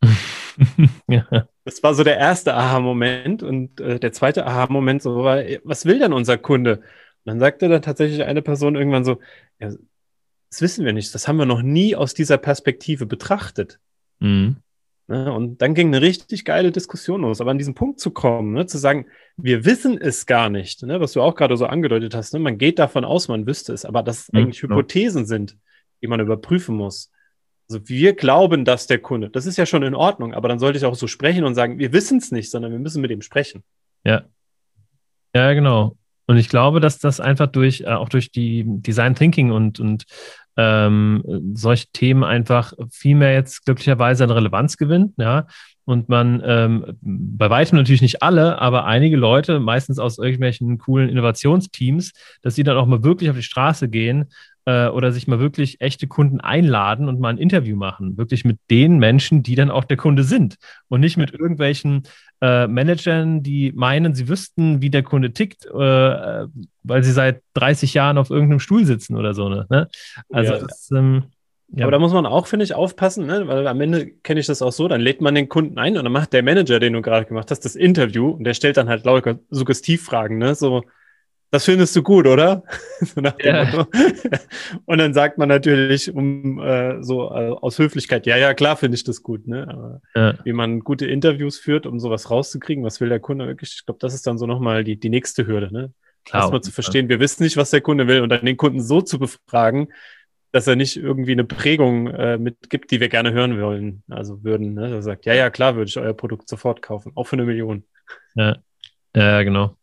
Ja. Das war so der erste Aha-Moment. Und äh, der zweite Aha-Moment so war, was will denn unser Kunde? Und dann sagte dann tatsächlich eine Person irgendwann so, ja, das wissen wir nicht, das haben wir noch nie aus dieser Perspektive betrachtet. Mhm. Ne? Und dann ging eine richtig geile Diskussion los. Aber an diesen Punkt zu kommen, ne, zu sagen, wir wissen es gar nicht, ne, was du auch gerade so angedeutet hast, ne, man geht davon aus, man wüsste es, aber dass es Mhm. eigentlich Hypothesen sind, die man überprüfen muss. Also wir glauben, dass der Kunde, das ist ja schon in Ordnung, aber dann sollte ich auch so sprechen und sagen, wir wissen es nicht, sondern wir müssen mit ihm sprechen. Ja. Ja, genau. Und ich glaube, dass das einfach durch, äh, auch durch die Design Thinking und, und ähm, solche Themen einfach viel mehr jetzt glücklicherweise an Relevanz gewinnt, ja. Und man ähm, bei weitem natürlich nicht alle, aber einige Leute, meistens aus irgendwelchen coolen Innovationsteams, dass sie dann auch mal wirklich auf die Straße gehen äh, oder sich mal wirklich echte Kunden einladen und mal ein Interview machen. Wirklich mit den Menschen, die dann auch der Kunde sind und nicht mit irgendwelchen äh, Managern, die meinen, sie wüssten, wie der Kunde tickt, äh, weil sie seit dreißig Jahren auf irgendeinem Stuhl sitzen oder so. Ne? Also Ja. das, ähm, ja. Aber da muss man auch, finde ich, aufpassen, ne? Weil am Ende kenne ich das auch so, dann lädt man den Kunden ein und dann macht der Manager, den du gerade gemacht hast, das Interview und der stellt dann halt lauter Suggestivfragen, ne? So, das findest du gut, oder? So nach dem Ja. Motto. Und dann sagt man natürlich um äh, so äh, aus Höflichkeit, ja, ja, klar finde ich das gut, ne? Aber Ja. wie man gute Interviews führt, um sowas rauszukriegen, was will der Kunde wirklich? Ich glaube, das ist dann so nochmal die, die nächste Hürde, ne? Klar. Erstmal zu verstehen, wir wissen nicht, was der Kunde will und dann den Kunden so zu befragen, dass er nicht irgendwie eine Prägung äh, mitgibt, die wir gerne hören wollen, also würden. Ne? Er sagt, ja, ja, klar, würde ich euer Produkt sofort kaufen, auch für eine Million. Ja, ja, genau.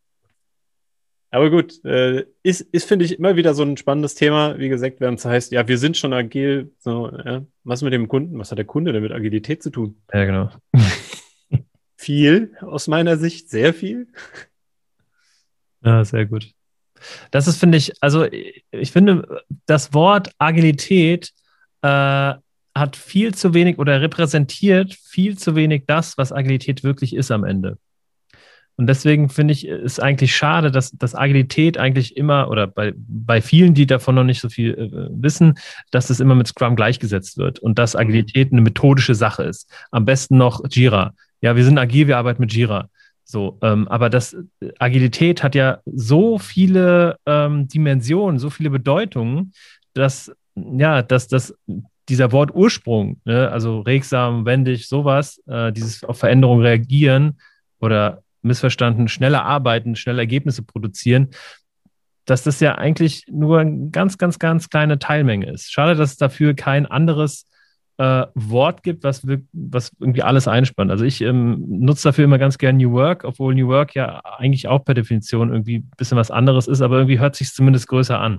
Aber gut, äh, ist, ist finde ich, immer wieder so ein spannendes Thema. Wie gesagt, wenn es heißt, ja, wir sind schon agil, so, ja, was mit dem Kunden, was hat der Kunde denn mit Agilität zu tun? Ja, genau. Viel, aus meiner Sicht, sehr viel. Ja, sehr gut. Das ist, finde ich, also ich finde, das Wort Agilität äh, hat viel zu wenig oder repräsentiert viel zu wenig das, was Agilität wirklich ist am Ende. Und deswegen finde ich es eigentlich schade, dass, dass Agilität eigentlich immer oder bei, bei vielen, die davon noch nicht so viel äh, wissen, dass es immer mit Scrum gleichgesetzt wird und dass Agilität eine methodische Sache ist. Am besten noch Jira. Ja, wir sind agil, wir arbeiten mit Jira. So, ähm, aber das Agilität hat ja so viele ähm, Dimensionen, so viele Bedeutungen, dass ja, dass das dieser Wortursprung, ne, also regsam, wendig, sowas, äh, dieses auf Veränderungen reagieren oder missverstanden, schneller arbeiten, schnell Ergebnisse produzieren, dass das ja eigentlich nur eine ganz, ganz, ganz kleine Teilmenge ist. Schade, dass es dafür kein anderes äh, Wort gibt, was, was irgendwie alles einspannt. Also ich ähm, nutze dafür immer ganz gern New Work, obwohl New Work ja eigentlich auch per Definition irgendwie ein bisschen was anderes ist, aber irgendwie hört sich zumindest größer an.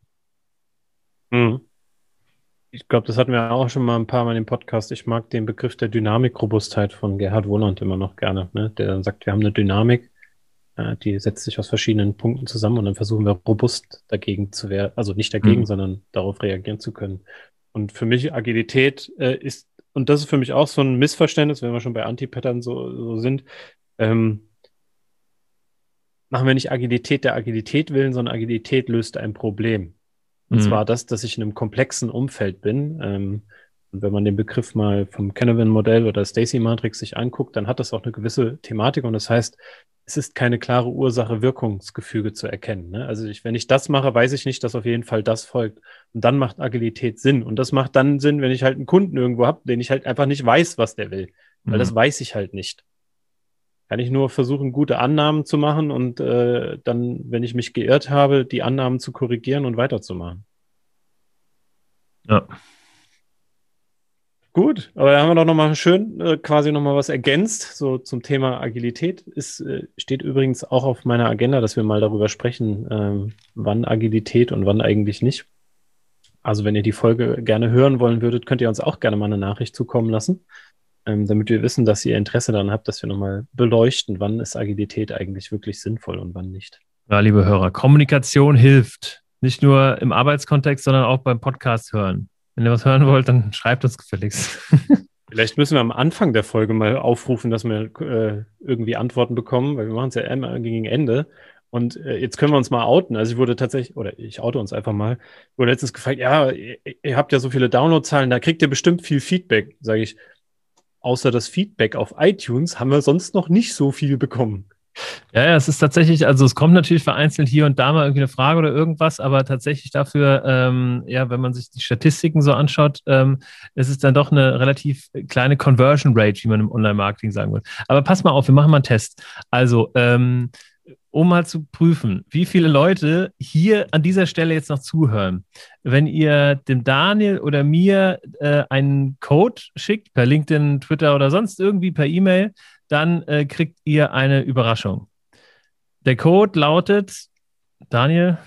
Mhm. Ich glaube, das hatten wir auch schon mal ein paar Mal im Podcast. Ich mag den Begriff der Dynamikrobustheit von Gerhard Wohland immer noch gerne, ne? Der dann sagt, wir haben eine Dynamik, äh, die setzt sich aus verschiedenen Punkten zusammen und dann versuchen wir robust dagegen zu werden, also nicht dagegen, mhm. sondern darauf reagieren zu können. Und für mich Agilität äh, ist, und das ist für mich auch so ein Missverständnis, wenn wir schon bei Anti-Pattern so, so sind, ähm, machen wir nicht Agilität der Agilität willen, sondern Agilität löst ein Problem. Und mhm. zwar das, dass ich in einem komplexen Umfeld bin. Ähm, und wenn man den Begriff mal vom Canavan-Modell oder Stacy-Matrix sich anguckt, dann hat das auch eine gewisse Thematik. Und das heißt, es ist keine klare Ursache-Wirkungsgefüge zu erkennen. Ne? Also ich, wenn ich das mache, weiß ich nicht, dass auf jeden Fall das folgt. Und dann macht Agilität Sinn. Und das macht dann Sinn, wenn ich halt einen Kunden irgendwo habe, den ich halt einfach nicht weiß, was der will. Weil mhm. das weiß ich halt nicht. kann ich nur versuchen, gute Annahmen zu machen und äh, dann, wenn ich mich geirrt habe, die Annahmen zu korrigieren und weiterzumachen. Ja. Gut, aber da haben wir doch nochmal schön äh, quasi nochmal was ergänzt, so zum Thema Agilität. Es äh, steht übrigens auch auf meiner Agenda, dass wir mal darüber sprechen, ähm, wann Agilität und wann eigentlich nicht. Also wenn ihr die Folge gerne hören wollen würdet, könnt ihr uns auch gerne mal eine Nachricht zukommen lassen, ähm, damit wir wissen, dass ihr Interesse daran habt, dass wir nochmal beleuchten, wann ist Agilität eigentlich wirklich sinnvoll und wann nicht. Ja, liebe Hörer, Kommunikation hilft. Nicht nur im Arbeitskontext, sondern auch beim Podcast hören. Wenn ihr was hören wollt, dann schreibt uns gefälligst. Vielleicht müssen wir am Anfang der Folge mal aufrufen, dass wir äh, irgendwie Antworten bekommen, weil wir machen es ja immer gegen Ende. Und äh, jetzt können wir uns mal outen. Also ich wurde tatsächlich, oder ich oute uns einfach mal, ich wurde letztens gefragt, ja, ihr, ihr habt ja so viele Downloadzahlen, da kriegt ihr bestimmt viel Feedback. Sage ich, außer das Feedback auf iTunes haben wir sonst noch nicht so viel bekommen. Ja, ja, es ist tatsächlich, also es kommt natürlich vereinzelt hier und da mal irgendwie eine Frage oder irgendwas, aber tatsächlich dafür, ähm, ja, wenn man sich die Statistiken so anschaut, ähm, es ist dann doch eine relativ kleine Conversion Rate, wie man im Online-Marketing sagen würde. Aber pass mal auf, wir machen mal einen Test. Also, ähm, um mal zu prüfen, wie viele Leute hier an dieser Stelle jetzt noch zuhören. Wenn ihr dem Daniel oder mir äh, einen Code schickt, per LinkedIn, Twitter oder sonst irgendwie per E-Mail, dann äh, kriegt ihr eine Überraschung. Der Code lautet, Daniel,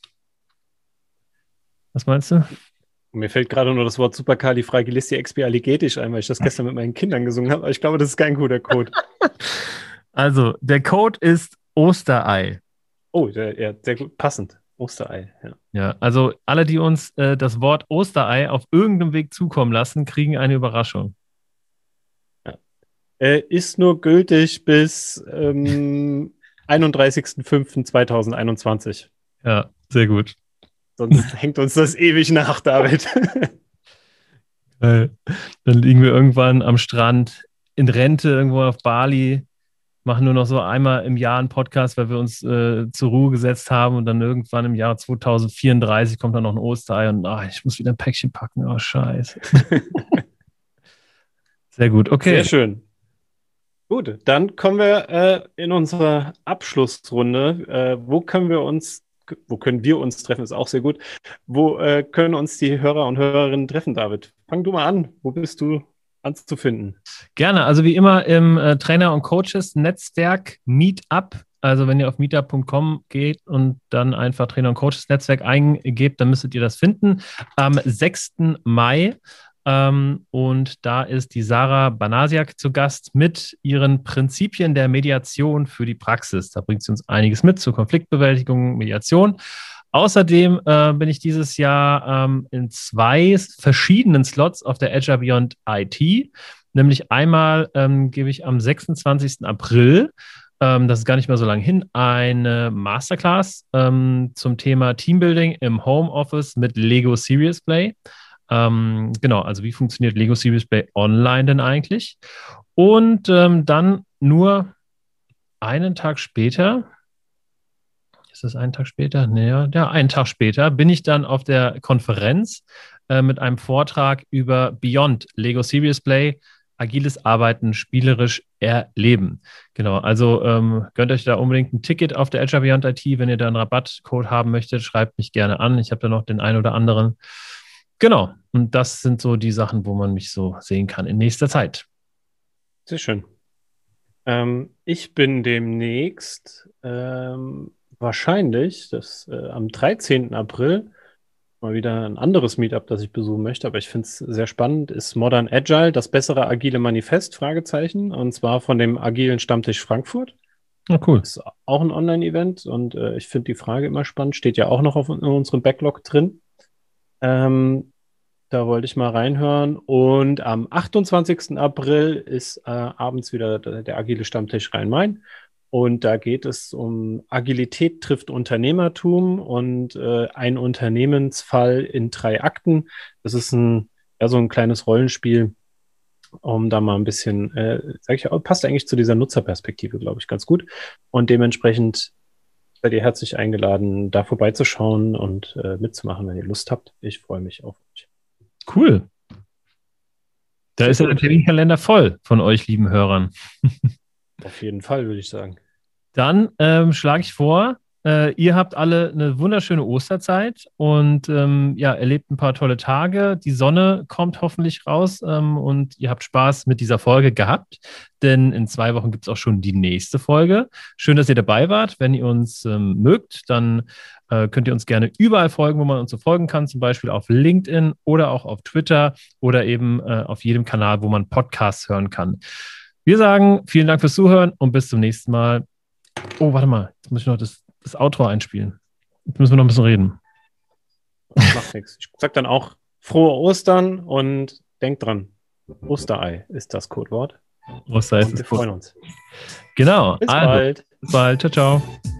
was meinst du? Mir fällt gerade nur das Wort Supercalifragilisticexpialigetisch ein, weil ich das gestern mit meinen Kindern gesungen habe, aber ich glaube, das ist kein guter Code. Also, der Code ist Osterei. Oh, der, ja, sehr gut, passend. Osterei, ja. Ja, also alle, die uns äh, das Wort Osterei auf irgendeinem Weg zukommen lassen, kriegen eine Überraschung. Ja. Äh, ist nur gültig bis ähm, einunddreißigsten fünften zweitausendeinundzwanzig. Ja, sehr gut. Sonst hängt uns das ewig nach, David. Äh, dann liegen wir irgendwann am Strand in Rente irgendwo auf Bali, machen nur noch so einmal im Jahr einen Podcast, weil wir uns äh, zur Ruhe gesetzt haben und dann irgendwann im Jahr zweitausendvierunddreißig kommt dann noch ein Osterei und ach, ich muss wieder ein Päckchen packen. Oh, scheiße. Sehr gut, okay. Sehr schön. Gut, dann kommen wir äh, in unsere Abschlussrunde. Äh, wo können wir uns, wo können wir uns treffen, ist auch sehr gut. Wo äh, können uns die Hörer und Hörerinnen treffen, David? Fang du mal an. Wo bist du anzufinden? Gerne, also wie immer im äh, Trainer- und Coaches-Netzwerk Meetup. Also wenn ihr auf meetup punkt com geht und dann einfach Trainer- und Coaches-Netzwerk eingebt, dann müsstet ihr das finden. Am sechsten Mai. Ähm, und da ist die Sarah Banasiak zu Gast mit ihren Prinzipien der Mediation für die Praxis. Da bringt sie uns einiges mit zur Konfliktbewältigung, Mediation. Außerdem äh, bin ich dieses Jahr ähm, in zwei verschiedenen Slots auf der Azure Beyond I T. Nämlich einmal ähm, gebe ich am sechsundzwanzigsten April, ähm, das ist gar nicht mehr so lange hin, eine Masterclass ähm, zum Thema Teambuilding im Homeoffice mit Lego Serious Play. Ähm, genau, also wie funktioniert Lego Serious Play online denn eigentlich? Und ähm, dann nur einen Tag später, ist das einen Tag später? Naja, ja, einen Tag später bin ich dann auf der Konferenz äh, mit einem Vortrag über Beyond Lego Serious Play, agiles Arbeiten, spielerisch erleben. Genau, also ähm, gönnt euch da unbedingt ein Ticket auf der Azure Beyond I T. Wenn ihr da einen Rabattcode haben möchtet, schreibt mich gerne an. Ich habe da noch den einen oder anderen. Genau, und das sind so die Sachen, wo man mich so sehen kann in nächster Zeit. Sehr schön. Ähm, ich bin demnächst ähm, wahrscheinlich das, äh, am dreizehnten April mal wieder ein anderes Meetup, das ich besuchen möchte, aber ich finde es sehr spannend, ist Modern Agile, das bessere agile Manifest, Fragezeichen, und zwar von dem Agilen Stammtisch Frankfurt. Oh, cool. Ist auch ein Online-Event und äh, ich finde die Frage immer spannend, steht ja auch noch auf, in unserem Backlog drin. Ähm, da wollte ich mal reinhören. Und am achtundzwanzigsten April ist äh, abends wieder der, der Agile Stammtisch Rhein-Main. Und da geht es um Agilität trifft Unternehmertum und äh, ein Unternehmensfall in drei Akten. Das ist ein, ja, so ein kleines Rollenspiel, um da mal ein bisschen, äh, sag ich, passt eigentlich zu dieser Nutzerperspektive, glaube ich, ganz gut. Und dementsprechend seid ihr herzlich eingeladen, da vorbeizuschauen und äh, mitzumachen, wenn ihr Lust habt. Ich freue mich auf euch. Cool. Da ist ja der Terminkalender voll von euch, lieben Hörern. Auf jeden Fall, würde ich sagen. Dann ähm, schlage ich vor, äh, ihr habt alle eine wunderschöne Osterzeit und ähm, ja, erlebt ein paar tolle Tage. Die Sonne kommt hoffentlich raus ähm, und ihr habt Spaß mit dieser Folge gehabt, denn in zwei Wochen gibt es auch schon die nächste Folge. Schön, dass ihr dabei wart. Wenn ihr uns ähm, mögt, dann äh, könnt ihr uns gerne überall folgen, wo man uns so folgen kann, zum Beispiel auf LinkedIn oder auch auf Twitter oder eben äh, auf jedem Kanal, wo man Podcasts hören kann. Wir sagen vielen Dank fürs Zuhören und bis zum nächsten Mal. Oh, warte mal. Jetzt muss ich noch das, das Outro einspielen. Jetzt müssen wir noch ein bisschen reden. Macht nichts. Ich sag dann auch frohe Ostern und denkt dran, Osterei ist das Codewort. Osterei ist und das wir freuen uns. Genau. Bis also, bald. Bis bald. Ciao, ciao.